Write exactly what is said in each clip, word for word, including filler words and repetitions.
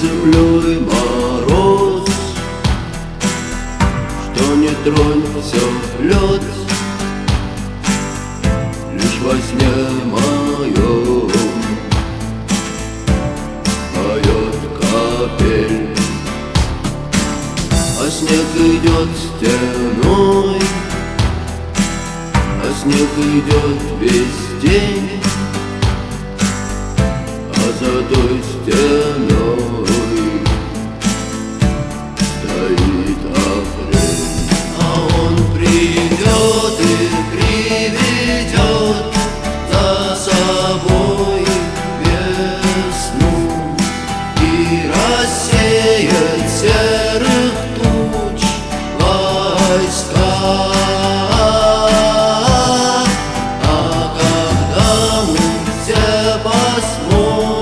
землей мороз, что не тронь, все лед. Лишь во сне моем поет капель, а снег идет стеной, а снег идет весь день. За той стеной стоит апрель, а он придет и приведет за собой весну и рассеет серых туч войска. А когда мы все посмотрим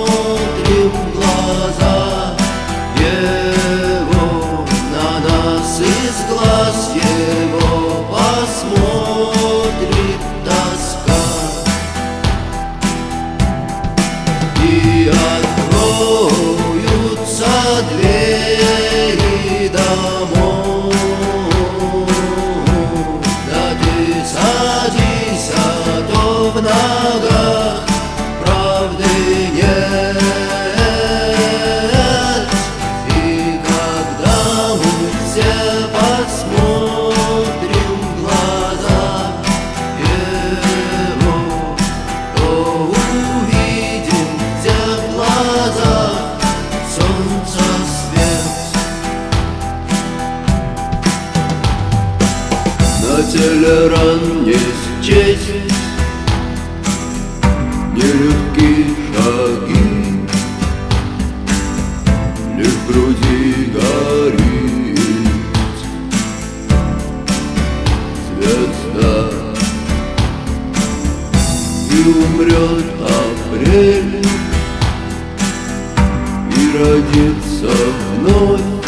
из глаз его посмотрит тоска, и откроются двери домов. Да ты садись, а то в ногах правды нет. Посмотрим в глаза его, то увидим в тех глазах солнца свет. На теле ран не счесть нелегкие шаги, лишь в груди горит звезда, и умрет апрель, и родится вновь